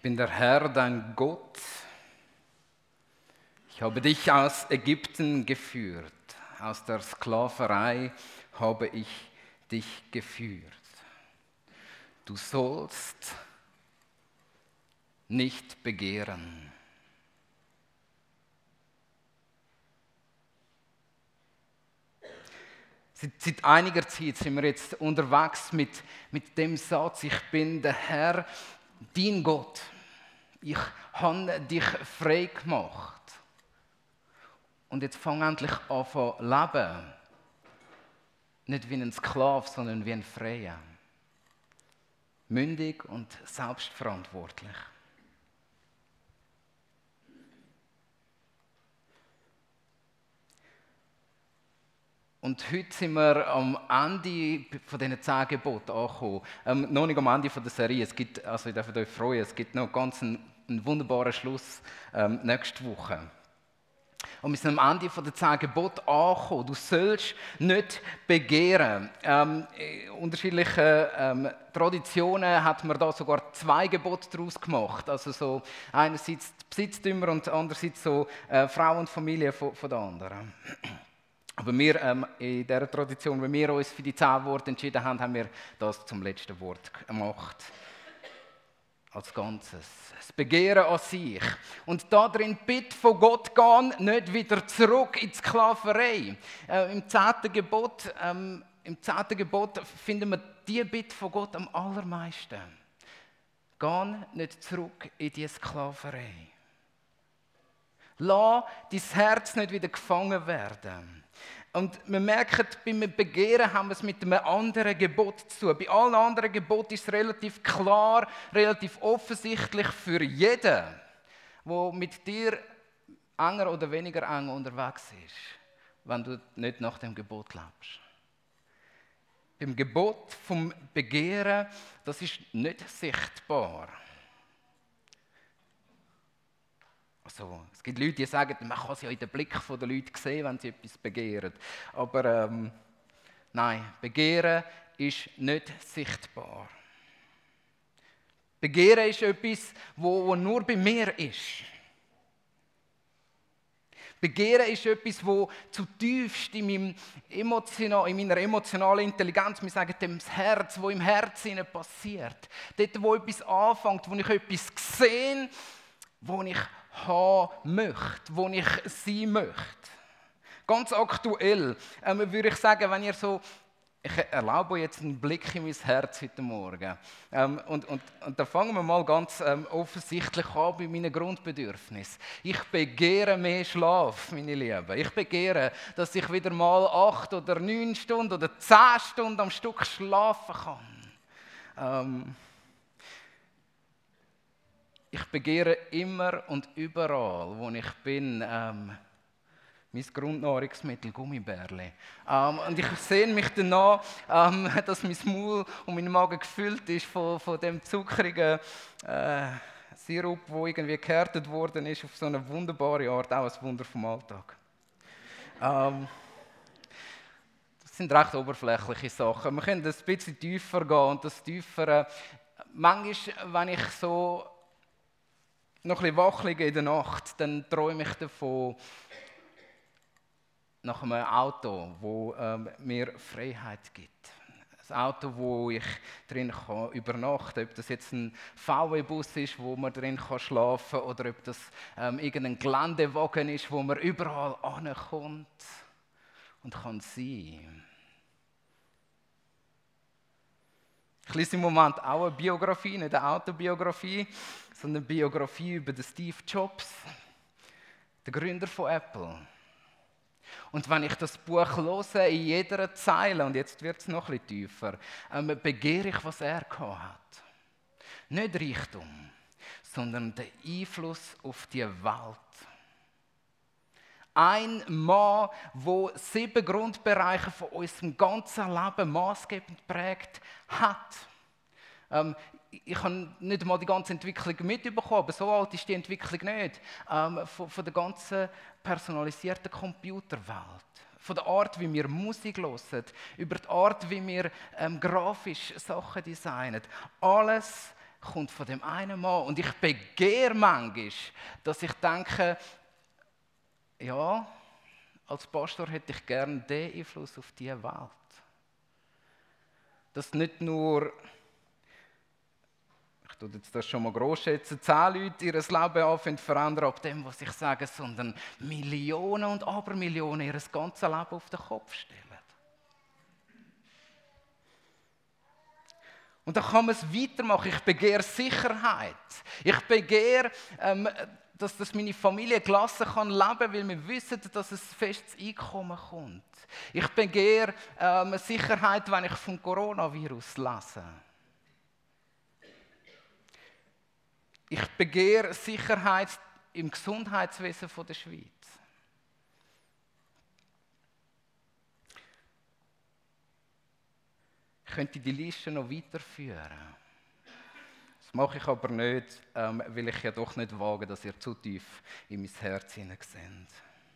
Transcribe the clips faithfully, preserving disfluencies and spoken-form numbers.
bin der Herr, dein Gott. Ich habe dich aus Ägypten geführt. Aus der Sklaverei habe ich dich geführt. Du sollst nicht begehren. Seit, seit einiger Zeit sind wir jetzt unterwegs mit, mit dem Satz, ich bin der Herr, dein Gott. Ich habe dich frei gemacht. Und jetzt fang endlich an zu leben. Nicht wie ein Sklave, sondern wie ein Freier. Mündig und selbstverantwortlich. Und heute sind wir am Ende von diesen zehn Geboten angekommen. Ähm, noch nicht am Ende von der Serie. Es gibt, also ich darf euch freuen, es gibt noch ganz einen, einen wunderbaren Schluss ähm, nächste Woche. Und wir sind am Ende von der zehn Gebote angekommen. Du sollst nicht begehren. Ähm, in unterschiedlichen ähm, Traditionen hat man da sogar zwei Gebote daraus gemacht. Also so einerseits die Besitztümer und andererseits so äh, Frau und Familie von, von der anderen. Aber wir, ähm, in dieser Tradition, wenn wir uns für die zehn Worte entschieden haben, haben wir das zum letzten Wort gemacht. Als Ganzes. Das Begehren an sich. Und da drin bitte von Gott gehen, nicht wieder zurück in die Sklaverei. Äh, Im zehnten Gebot, ähm, im zehnten Gebot finden wir die Bitte von Gott am allermeisten. Geh nicht zurück in die Sklaverei. Lass dein Herz nicht wieder gefangen werden. Und wir merken, beim Begehren haben wir es mit einem anderen Gebot zu tun. Bei allen anderen Geboten ist es relativ klar, relativ offensichtlich für jeden, der mit dir enger oder weniger eng unterwegs ist, wenn du nicht nach dem Gebot lebst. Beim Gebot vom Begehren, das ist nicht sichtbar. Also, es gibt Leute, die sagen, man kann es ja in den Blick der Leute sehen, wenn sie etwas begehren. Aber ähm, nein, Begehren ist nicht sichtbar. Begehren ist etwas, wo nur bei mir ist. Begehren ist etwas, das zutiefst in, meinem emotional, in meiner emotionalen Intelligenz, wir sagen dem Herz, wo im Herzen passiert. Dort, wo etwas anfängt, wo ich etwas sehe, wo ich haben möchte, wo ich sein möchte. Ganz aktuell ähm, würde ich sagen, wenn ihr so, ich erlaube euch jetzt einen Blick in mein Herz heute Morgen. Ähm, und, und, und da fangen wir mal ganz ähm, offensichtlich an bei meinen Grundbedürfnissen. Ich begehre mehr Schlaf, meine Lieben. Ich begehre, dass ich wieder mal acht oder neun Stunden oder zehn Stunden am Stück schlafen kann. Ähm, Ich begehre immer und überall, wo ich bin, ähm, mein Grundnahrungsmittel, Gummibärli. Ähm, und ich sehne mich danach, ähm, dass mein Maul und mein Magen gefüllt ist von, von dem zuckrigen äh, Sirup, der irgendwie gehärtet worden ist, auf so eine wunderbare Art, auch ein Wunder vom Alltag. Ähm, das sind recht oberflächliche Sachen. Wir können ein bisschen tiefer gehen und das Tiefere. Manchmal, wenn ich so noch ein bisschen wach liege in der Nacht, dann träume ich davon nach einem Auto, das ähm, mir Freiheit gibt. Ein Auto, wo ich drin kann übernachten kann. Ob das jetzt ein V W-Bus ist, wo man drin kann schlafen kann, oder ob das ähm, irgendein Geländewagen ist, wo man überall ankommt und kann sein. Ich lese im Moment auch eine Biografie, nicht eine Autobiografie, sondern eine Biografie über den Steve Jobs, den Gründer von Apple. Und wenn ich das Buch höre, in jeder Zeile, und jetzt wird es noch ein bisschen tiefer, ähm, begehre ich, was er hat. Nicht Reichtum, sondern den Einfluss auf die Welt. Ein Mann, der sieben Grundbereiche von unserem ganzen Leben maßgebend prägt hat. Ähm, ich habe nicht mal die ganze Entwicklung mitbekommen, aber so alt ist die Entwicklung nicht. Ähm, von, von der ganzen personalisierten Computerwelt. Von der Art, wie wir Musik hören, über die Art, wie wir ähm, grafisch Sachen designen. Alles kommt von dem einen Mann. Und ich begehre manchmal, dass ich denke, ja, als Pastor hätte ich gerne den Einfluss auf diese Welt. Dass nicht nur, ich tue jetzt das schon mal gross schätzen, zehn Leute ihr Leben anfangen zu verändern ab dem, was ich sage, sondern Millionen und Abermillionen ihr ganzes Leben auf den Kopf stellen. Und da kann man es weitermachen. Ich begehre Sicherheit. Ich begehre, ähm, dass das meine Familie gelassen kann leben, weil wir wissen, dass es festes Einkommen kommt. Ich begehre ähm, Sicherheit, wenn ich vom Coronavirus lese. Ich begehre Sicherheit im Gesundheitswesen der Schweiz. Ich könnte die Liste noch weiterführen. Das mache ich aber nicht, ähm, weil ich ja doch nicht wage, dass ihr zu tief in mein Herz hineinseht.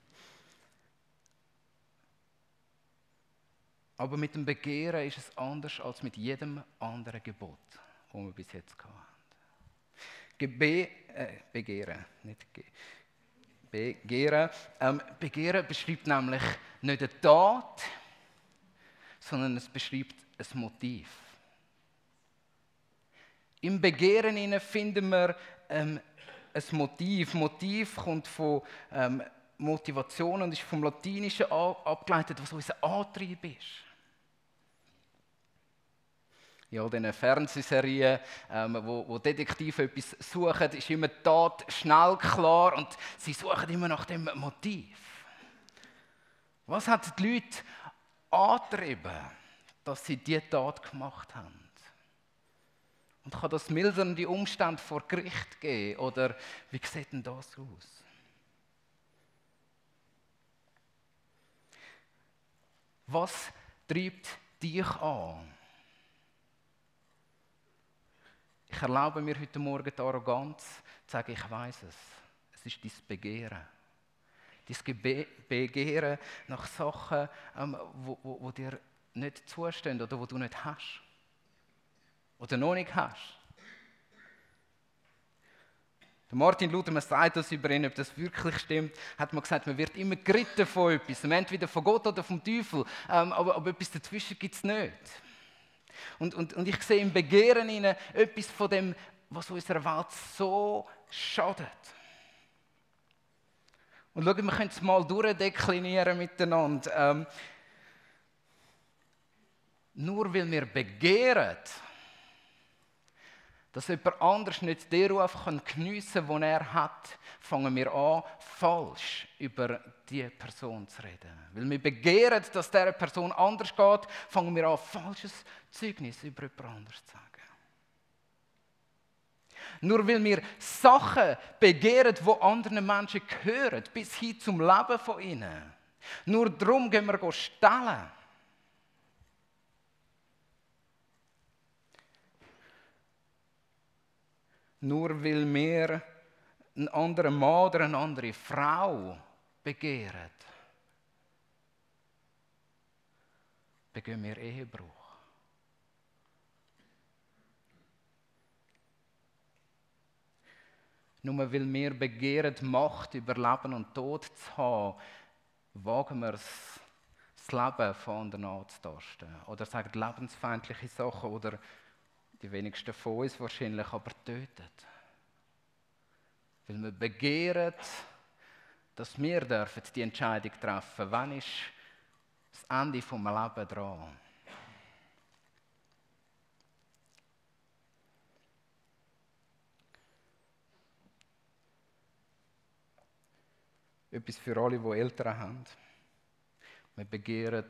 Aber mit dem Begehren ist es anders als mit jedem anderen Gebot, das wir bis jetzt hatten. Gebe, äh, begehren, nicht ge, begehren. Ähm, begehren beschreibt nämlich nicht eine Tat, sondern es beschreibt ein Motiv. Im Begehren finden wir ähm, ein Motiv. Motiv kommt von ähm, Motivation und ist vom Latinischen abgeleitet, was unser Antrieb ist. In all diesen Fernsehserien, ähm, wo, wo Detektive etwas suchen, ist immer die Tat schnell klar und sie suchen immer nach dem Motiv. Was hat die Leute angetrieben, dass sie diese Tat gemacht haben? Und kann das mildernde Umstände vor Gericht geben? Oder wie sieht denn das aus? Was treibt dich an? Ich erlaube mir heute Morgen die Arroganz, zu sagen, ich weiß es. Es ist dein Begehren. Dein Begehren nach Sachen, ähm, wo, wo, wo dir nicht zustehen oder wo du nicht hast. Oder noch nicht hast. Der Martin Luther, man sagt das über ihn, ob das wirklich stimmt, hat man gesagt, man wird immer geritten von etwas, entweder von Gott oder vom Teufel, ähm, aber, aber etwas dazwischen gibt es nicht. Und, und, und ich sehe im Begehren ihnen etwas von dem, was unserer Welt so schadet. Und schauen, wir können es mal durchdeklinieren miteinander. Ähm, nur weil wir begehren, dass jemand anders nicht den Ruf geniessen kann, den er hat, fangen wir an, falsch über diese Person zu reden. Weil wir begehren, dass dieser Person anders geht, fangen wir an, falsches Zeugnis über jemand anderes zu sagen. Nur weil wir Sachen begehren, die anderen Menschen gehören, bis hin zum Leben von ihnen. Nur darum gehen wir stellen. Nur weil wir einen anderen Mann oder eine andere Frau begehren, begehen wir Ehebruch. Nur weil wir begehren, Macht über Leben und Tod zu haben, wagen wir es, das Leben von anderen anzutasten. Oder sagen lebensfeindliche Sachen oder die wenigsten von uns wahrscheinlich, aber tötet. Weil wir begehren, dass wir dürfen die Entscheidung treffen dürfen, wann ist das Ende vom Leben dran. Etwas für alle, die Eltern haben. Wir begehren,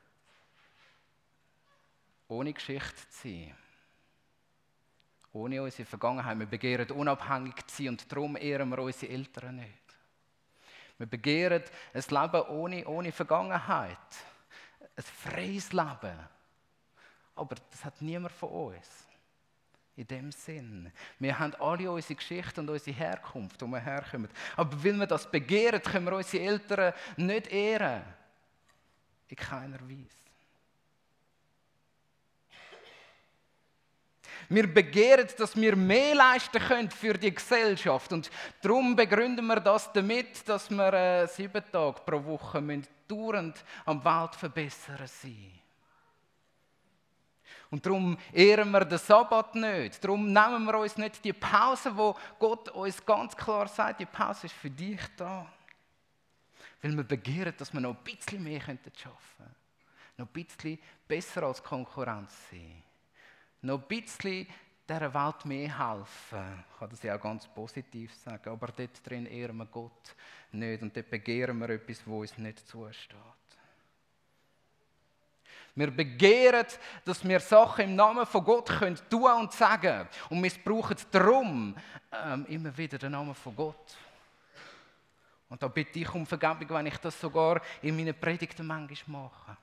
ohne Geschichte zu sein. Ohne unsere Vergangenheit. Wir begehren, unabhängig zu sein und darum ehren wir unsere Eltern nicht. Wir begehren ein Leben ohne, ohne Vergangenheit. Ein freies Leben. Aber das hat niemand von uns. In dem Sinn. Wir haben alle unsere Geschichte und unsere Herkunft, wo wir herkommen. Aber weil wir das begehren, können wir unsere Eltern nicht ehren. In keiner Weise. Wir begehren, dass wir mehr leisten können für die Gesellschaft. Und darum begründen wir das damit, dass wir äh, sieben Tage pro Woche müssen dauernd am Welt verbessern sein. Und darum ehren wir den Sabbat nicht. Darum nehmen wir uns nicht die Pause, wo Gott uns ganz klar sagt, die Pause ist für dich da. Weil wir begehren, dass wir noch ein bisschen mehr schaffen könnten. Noch ein bisschen besser als Konkurrenz sein. Noch ein bisschen dieser Welt mehr helfen. Ich kann das ja auch ganz positiv sagen. Aber dort drin ehren wir Gott nicht. Und dort begehren wir etwas, was uns nicht zusteht. Wir begehren, dass wir Sachen im Namen von Gott können tun und sagen. Und wir brauchen darum ähm, immer wieder den Namen von Gott. Und da bitte ich um Vergebung, wenn ich das sogar in meinen Predigten manchmal mache.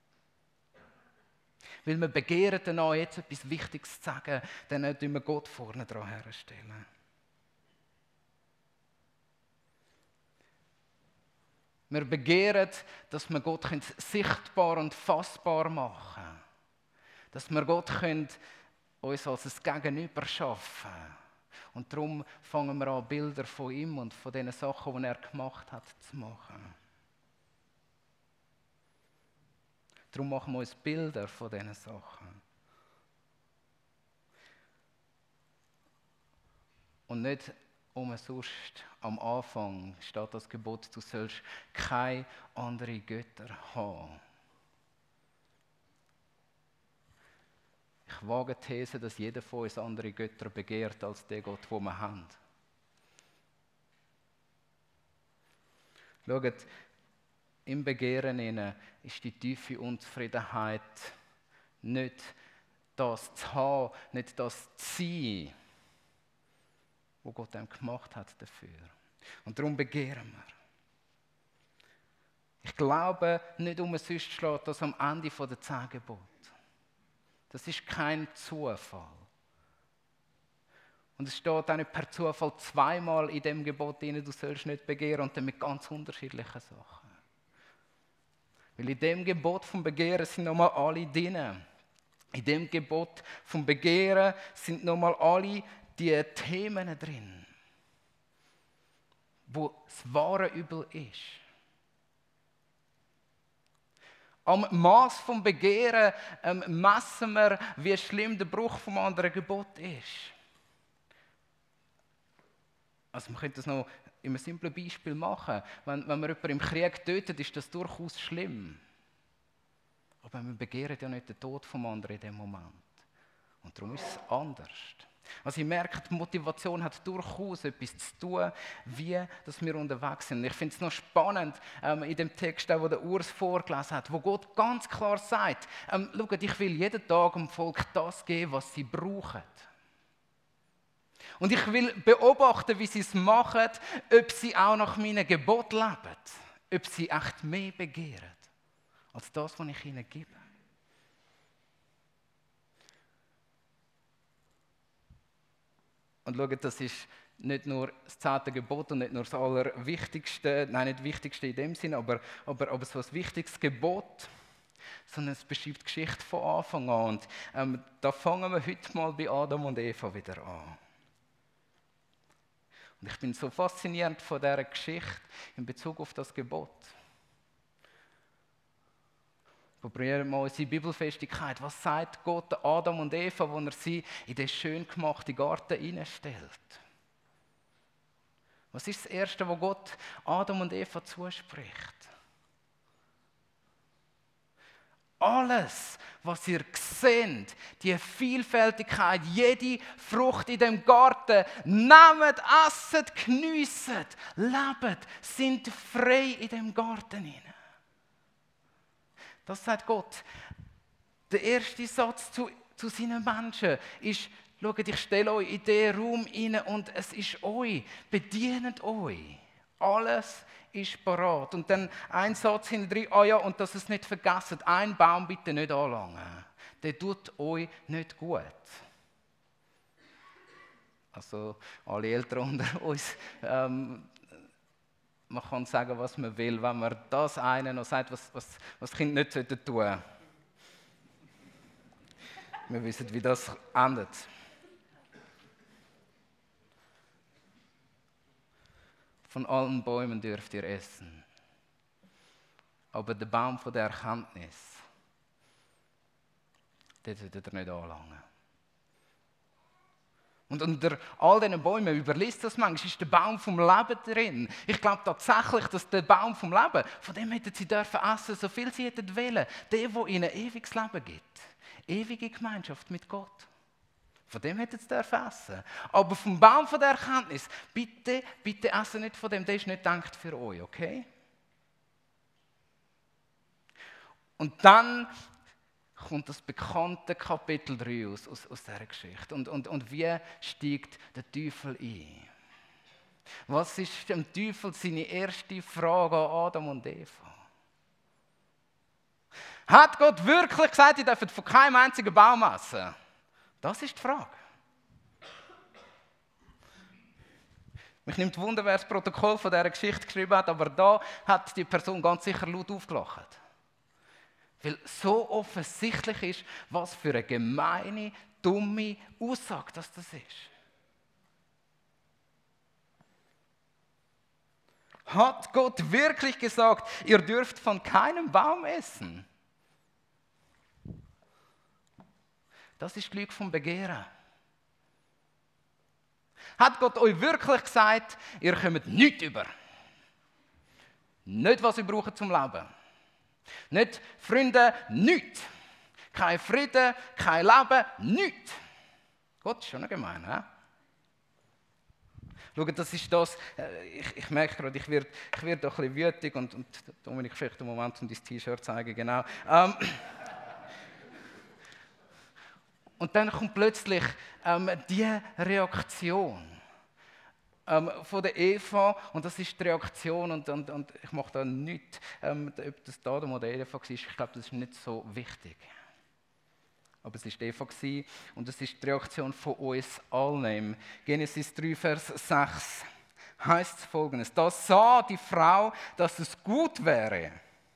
Weil wir begehren danach, jetzt etwas Wichtiges zu sagen, dann tun wir Gott vorne dran herstellen. Wir begehren, dass wir Gott sichtbar und fassbar machen können. Dass wir Gott uns als ein Gegenüber schaffen können. Und darum fangen wir an, Bilder von ihm und von den Sachen, die er gemacht hat, zu machen. Darum machen wir uns Bilder von diesen Sachen. Und nicht umsonst am Anfang steht das Gebot, du sollst keine anderen Götter haben. Ich wage die These, dass jeder von uns andere Götter begehrt als der Gott, den wir haben. Schaut, im Begehren ist die tiefe Unzufriedenheit nicht das zu haben, nicht das zu sein, was Gott einem gemacht hat dafür. Und darum begehren wir. Ich glaube, nicht umsonst steht das am Ende der zehn Gebote. Das ist kein Zufall. Und es steht auch nicht per Zufall zweimal in dem Gebot drin, du sollst nicht begehren, und dann mit ganz unterschiedlichen Sachen. Weil in dem Gebot vom Begehren sind nochmal alle drin. In dem Gebot vom Begehren sind nochmal alle die Themen drin, wo das wahre Übel ist. Am Maß vom Begehren ähm, messen wir, wie schlimm der Bruch vom anderen Gebot ist. Also man könnte das noch in einem simplen Beispiel machen. Wenn, wenn man jemanden im Krieg tötet, ist das durchaus schlimm. Aber wir begehren ja nicht den Tod vom anderen in dem Moment. Und darum ist es anders. Also ich merke, die Motivation hat durchaus etwas zu tun, wie dass wir unterwegs sind. Ich finde es noch spannend, ähm, in dem Text, den der Urs vorgelesen hat, wo Gott ganz klar sagt, ähm, schaut, ich will jeden Tag dem Volk das geben, was sie brauchen. Und ich will beobachten, wie sie es machen, ob sie auch nach meinen Geboten leben, ob sie echt mehr begehren, als das, was ich ihnen gebe. Und schaut, das ist nicht nur das zehnte Gebot und nicht nur das Allerwichtigste, nein, nicht das Wichtigste in dem Sinn, aber, aber, aber so ein wichtiges Gebot, sondern es beschreibt die Geschichte von Anfang an. Und ähm, da fangen wir heute mal bei Adam und Eva wieder an. Und ich bin so fasziniert von dieser Geschichte in Bezug auf das Gebot. Probieren wir unsere Bibelfestigkeit. Was sagt Gott Adam und Eva, wo er sie in den schön gemachten Garten hineinstellt? Was ist das Erste, was Gott Adam und Eva zuspricht? Alles, was ihr seht, die Vielfältigkeit, jede Frucht in dem Garten, nehmt, esset, geniessen, lebt, sind frei in dem Garten hinein. Das sagt Gott. Der erste Satz zu, zu seinen Menschen ist, schaut, ich stelle euch in diesen Raum hinein und es ist euch, bedient euch. Alles ist parat. Und dann ein Satz hinten drin, ah ja, und dass ihr es nicht vergessen, einen Baum bitte nicht anlangen. Der tut euch nicht gut. Also alle Eltern unter uns, ähm, man kann sagen, was man will, wenn man das einen noch sagt, was, was, was das Kind nicht tun sollte. Wir wissen, wie das endet. Von allen Bäumen dürft ihr essen. Aber der Baum von der Erkenntnis, den solltet ihr nicht anlangen. Und unter all diesen Bäumen, überliest das manchmal, ist der Baum vom Leben drin. Ich glaube tatsächlich, dass der Baum vom Leben, von dem hätten sie dürfen essen, so viel sie hätten wollen. Der, der ihnen ewiges Leben gibt. Ewige Gemeinschaft mit Gott. Von dem hätten sie dürfen essen. Aber vom Baum von der Erkenntnis, bitte, bitte essen nicht von dem, der ist nicht gedacht für euch, okay? Und dann kommt das bekannte Kapitel drei aus, aus, aus dieser Geschichte. Und, und, und wie steigt der Teufel ein? Was ist dem Teufel seine erste Frage an Adam und Eva? Hat Gott wirklich gesagt, ihr dürft von keinem einzigen Baum essen? Das ist die Frage. Mich nimmt Wunder, wer das Protokoll von dieser Geschichte geschrieben hat, aber da hat die Person ganz sicher laut aufgelacht. Weil so offensichtlich ist, was für eine gemeine, dumme Aussage das, das ist. Hat Gott wirklich gesagt, ihr dürft von keinem Baum essen? Das ist die Lüge vom Begehren. Hat Gott euch wirklich gesagt, ihr kommt nichts über? Nicht, was ihr braucht zum Leben. Nicht Freunde, nichts. Kein Frieden, kein Leben, nichts. Gott ist schon noch gemein, he? Schaut, das ist das, ich, ich merke gerade, ich werde ich werd auch ein bisschen wütig und, und Dominik, vielleicht einen Moment, um dein T-Shirt zu zeigen, genau. Ähm, und dann kommt plötzlich ähm, die Reaktion. Ähm, von der Eva, und das ist die Reaktion, und, und, und ich mache da nichts, ähm, ob das Adam oder Eva war, ich glaube, das ist nicht so wichtig. Aber es war Eva, und das ist die Reaktion von uns allen. Genesis drei, Vers sechs heißt es Folgendes: Da sah die Frau, dass es gut wäre,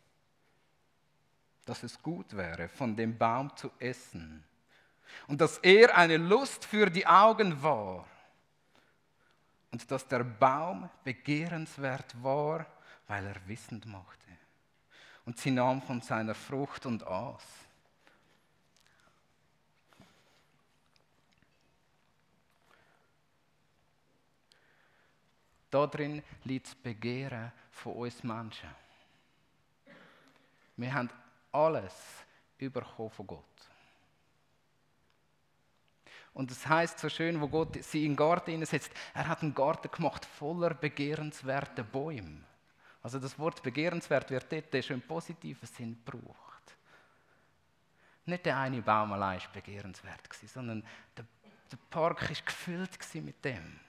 dass es gut wäre, von dem Baum zu essen, und dass er eine Lust für die Augen war. Und dass der Baum begehrenswert war, weil er wissend machte. Und sie nahm von seiner Frucht und aß. Darin liegt das Begehren von uns Menschen. Wir haben alles bekommen von Gott. Und es heisst so schön, wo Gott sie in den Garten hineinsetzt, er hat einen Garten gemacht voller begehrenswerter Bäume. Also das Wort begehrenswert wird dort schon im positiven Sinn gebraucht. Nicht der eine Baum allein war begehrenswert, sondern der, der Park war gefüllt mit dem.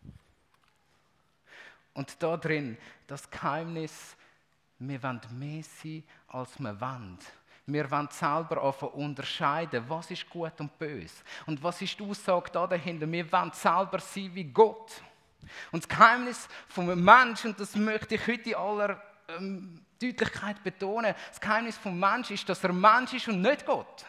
Und da drin, das Geheimnis, wir wollen mehr sein, als wir wollen. Wir wollen selber anfangen unterscheiden, was ist gut und böse. Und was ist die Aussage da dahinter? Wir wollen selber sein wie Gott. Und das Geheimnis vom Menschen, und das möchte ich heute in aller ähm, Deutlichkeit betonen, das Geheimnis vom Menschen ist, dass er Mensch ist und nicht Gott.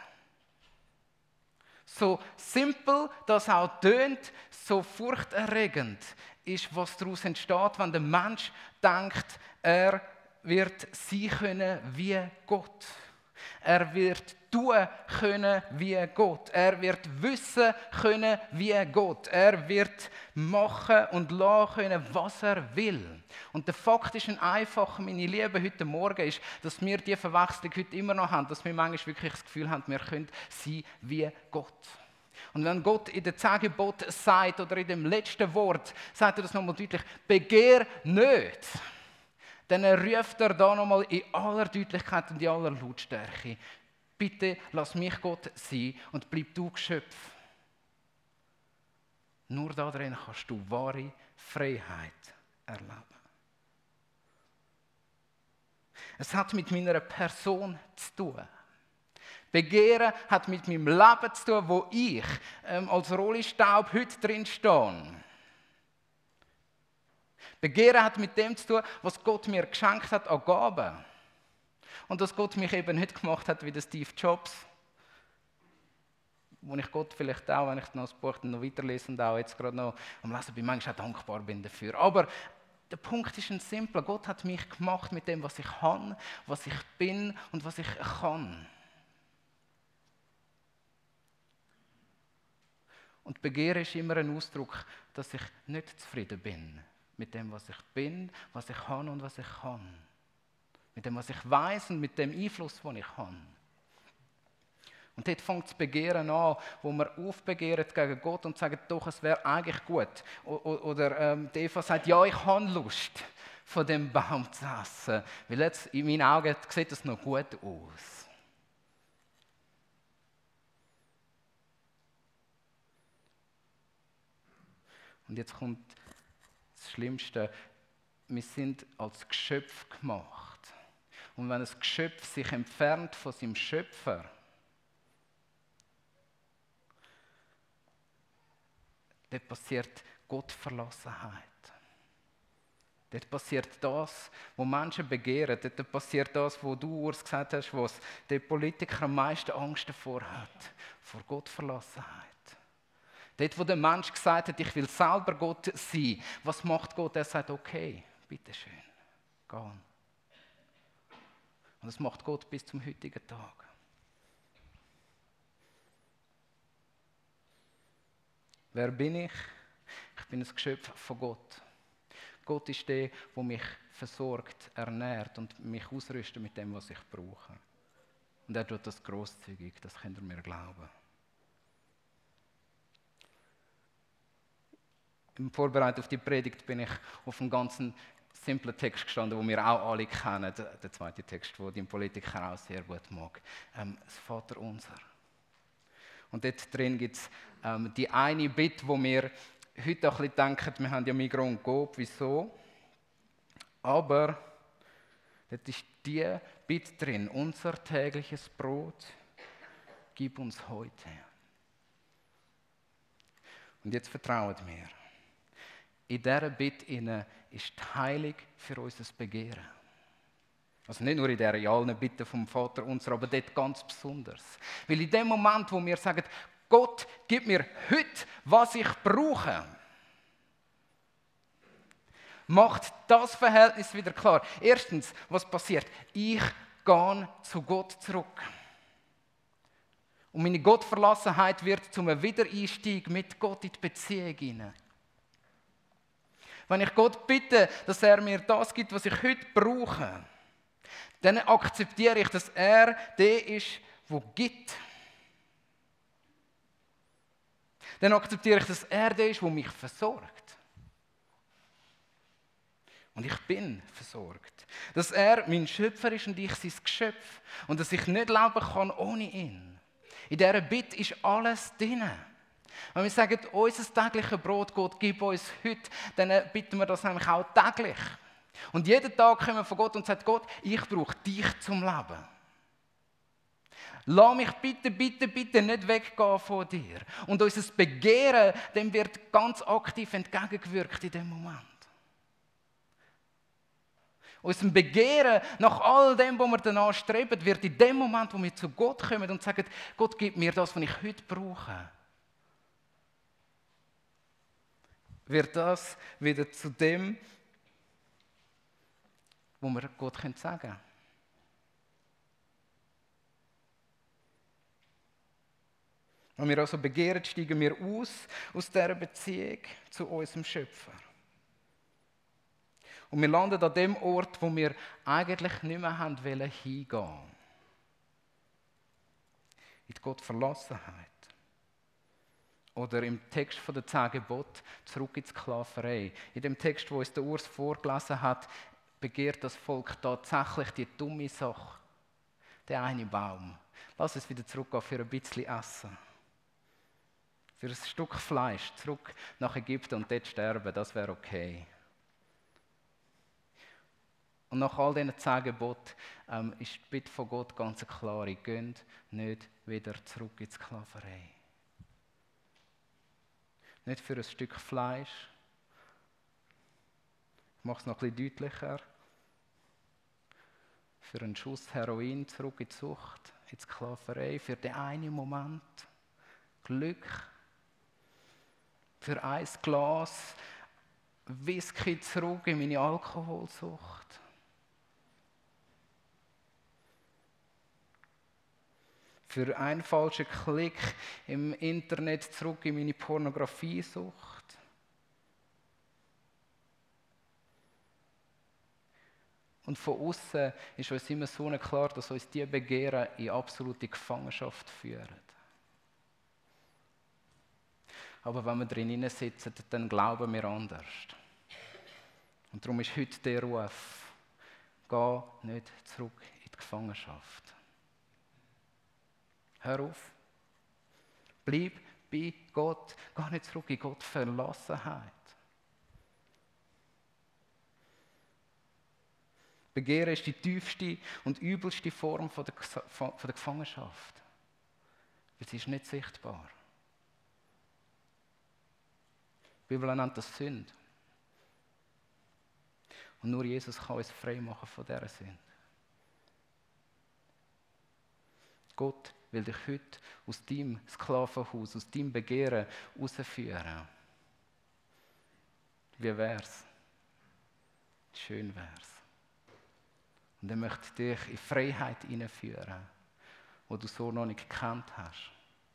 So simpel das auch tönt, so furchterregend ist, was daraus entsteht, wenn der Mensch denkt, er wird sein können wie Gott. Er wird tun können wie Gott. Er wird wissen können wie Gott. Er wird machen und lassen können, was er will. Und der Fakt ist ein einfacher, meine Liebe, heute Morgen ist, dass wir diese Verwechslung heute immer noch haben, dass wir manchmal wirklich das Gefühl haben, wir können sein wie Gott. Und wenn Gott in den zehn Geboten sagt, oder in dem letzten Wort, sagt er das nochmal deutlich, begehr nicht. Dann ruft er da nochmal in aller Deutlichkeit und in aller Lautstärke: Bitte lass mich Gott sein und bleib du Geschöpf. Nur darin kannst du wahre Freiheit erleben. Es hat mit meiner Person zu tun. Begehren hat mit meinem Leben zu tun, wo ich ähm, als Rollenstaub heute drin stehe. Begehren hat mit dem zu tun, was Gott mir geschenkt hat an Gaben. Und dass Gott mich eben nicht gemacht hat wie der Steve Jobs. wo ich Gott vielleicht auch, wenn ich noch das Buch noch weiterlese und auch jetzt gerade noch am Lesen bin, manchmal auch dankbar bin dafür. Aber der Punkt ist ein simpler. Gott hat mich gemacht mit dem, was ich kann, was ich bin und was ich kann. Und Begehren ist immer ein Ausdruck, dass ich nicht zufrieden bin mit dem, was ich bin, was ich kann und was ich kann. Mit dem, was ich weiß und mit dem Einfluss, den ich habe. Und dort fängt das Begehren an, wo wir aufbegehren gegen Gott und sagen, doch, es wäre eigentlich gut. Oder ähm, Eva sagt, ja, ich habe Lust, von dem Baum zu essen. Weil jetzt, in meinen Augen sieht das noch gut aus. Und jetzt kommt das Schlimmste. Wir sind als Geschöpf gemacht. Und wenn ein Geschöpf sich entfernt von seinem Schöpfer, dort passiert Gottverlassenheit. Dort passiert das, was Menschen begehren. Dort passiert das, was du, Urs, gesagt hast, was der Politiker am meisten Angst davor hat. Vor Gottverlassenheit. Dort, wo der Mensch gesagt hat, ich will selber Gott sein. Was macht Gott? Er sagt, okay, bitteschön, geh. Und das macht Gott bis zum heutigen Tag. Wer bin ich? Ich bin ein Geschöpf von Gott. Gott ist der, der mich versorgt, ernährt und mich ausrüstet mit dem, was ich brauche. Und er tut das grosszügig, das könnt ihr mir glauben. Im Vorbereitung auf die Predigt bin ich auf einen ganz simplen Text gestanden, den wir auch alle kennen. Der zweite Text, den die Politiker auch sehr gut mag. Ähm, das Vaterunser. Und dort drin gibt es ähm, die eine Bitte, wo wir heute auch ein bisschen denken, wir haben ja Migros und Coop, wieso? Aber dort ist die Bitte drin, unser tägliches Brot, gib uns heute. Und jetzt vertraut mir. In dieser Bitte ist die Heilung für unser Begehren. Also nicht nur in der realen Bitte vom Vater unser, aber dort ganz besonders. Weil in dem Moment, wo wir sagen, Gott, gib mir heute, was ich brauche, macht das Verhältnis wieder klar. Erstens, was passiert? Ich gehe zu Gott zurück. Und meine Gottverlassenheit wird zum Wiedereinstieg mit Gott in die Beziehung hinein. Wenn ich Gott bitte, dass er mir das gibt, was ich heute brauche, dann akzeptiere ich, dass er der ist, der gibt. Dann akzeptiere ich, dass er der ist, der mich versorgt. Und ich bin versorgt. Dass er mein Schöpfer ist und ich sein Geschöpf. Und dass ich nicht leben kann ohne ihn. In dieser Bitte ist alles drin. Wenn wir sagen, unser tägliches Brot, Gott, gib uns heute, dann bitten wir das nämlich auch täglich. Und jeden Tag kommen wir von Gott und sagen, Gott, ich brauche dich zum Leben. Lass mich bitte, bitte, bitte nicht weggehen von dir. Und unser Begehren, dem wird ganz aktiv entgegengewirkt in dem Moment. Unser Begehren nach all dem, was wir danach streben, wird in dem Moment, wo wir zu Gott kommen und sagen, Gott, gib mir das, was ich heute brauche, wird das wieder zu dem, wo wir Gott sagen können. Wenn wir also begehren, steigen wir aus aus dieser Beziehung zu unserem Schöpfer. Und wir landen an dem Ort, wo wir eigentlich nicht mehr haben wollen hingehen. In die Gottverlassenheit. Oder im Text von der zehn Gebote zurück in die Sklaverei. In dem Text, wo uns der Urs vorgelesen hat, begehrt das Volk tatsächlich die dumme Sache. Der eine Baum. Lass es wieder zurückgehen für ein bisschen Essen. Für ein Stück Fleisch zurück nach Ägypten und dort sterben, das wäre okay. Und nach all diesen zehn Geboten ähm, ist die Bitte von Gott ganz klar, geht nicht wieder zurück in die Sklaverei. Nicht für ein Stück Fleisch. Ich mache es noch ein bisschen deutlicher. Für einen Schuss Heroin zurück in die Sucht, in die Sklaverei, für den einen Moment. Glück. Für ein Glas Whisky zurück in meine Alkoholsucht. Für einen falschen Klick im Internet zurück in meine Pornografiesucht. Und von außen ist uns immer so klar, dass uns diese Begehren in absolute Gefangenschaft führen. Aber wenn wir drin sitzen, dann glauben wir anders. Und darum ist heute der Ruf, geh nicht zurück in die Gefangenschaft. Hör auf. Bleib bei Gott. Geh nicht zurück in Gottes Verlassenheit. Begehren ist die tiefste und übelste Form von der, von der Gefangenschaft. Weil sie ist nicht sichtbar. Die Bibel nennt das Sünde. Und nur Jesus kann uns frei machen von dieser Sünde. Gott will dich heute aus deinem Sklavenhaus, aus deinem Begehren herausführen. Wie wär's? Schön wär's. Und er möchte dich in Freiheit hineinführen, die du so noch nicht gekannt hast.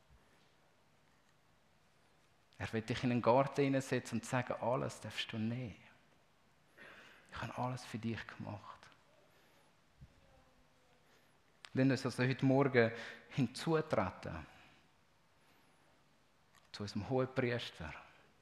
Er will dich in einen Garten hineinsetzen und sagen, alles darfst du nehmen. Ich habe alles für dich gemacht. Lass uns also heute Morgen hinzutreten zu unserem Hohenpriester,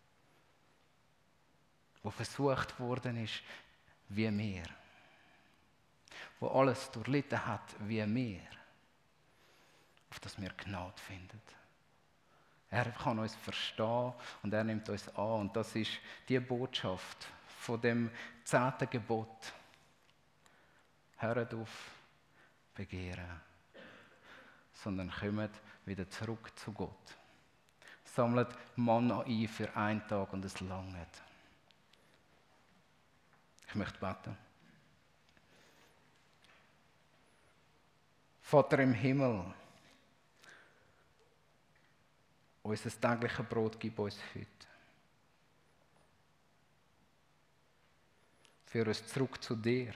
der versucht worden ist wie wir, wo alles durchlitten hat wie wir, auf das wir Gnade finden. Er kann uns verstehen und er nimmt uns an. Und das ist die Botschaft von dem zehnten Gebot. Hört auf, begehren, sondern kommt wieder zurück zu Gott. Sammelt Manna ein für einen Tag und es langt. Ich möchte beten. Vater im Himmel, unser tägliches Brot gib uns heute. Führ uns zurück zu dir.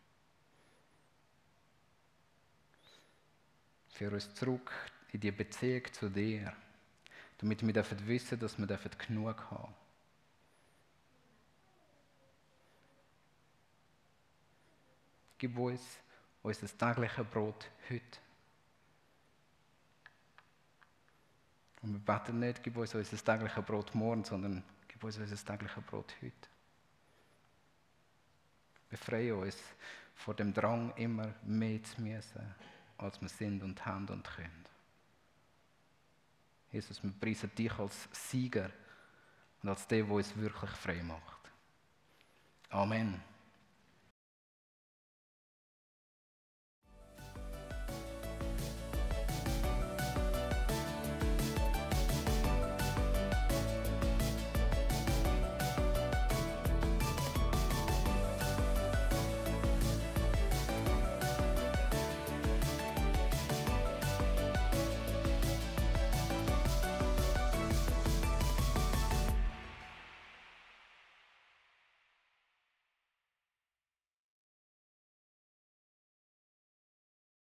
Führ uns zurück in die Beziehung zu dir, damit wir wissen, dass wir genug haben. Gib uns unser tägliches Brot heute. Und wir beten nicht, gib uns unser tägliches Brot morgen, sondern gib uns unser tägliches Brot heute. Befreie uns vor dem Drang, immer mehr zu müssen, als wir sind und haben und können. Jesus, wir preisen dich als Sieger und als der, der uns wirklich frei macht. Amen.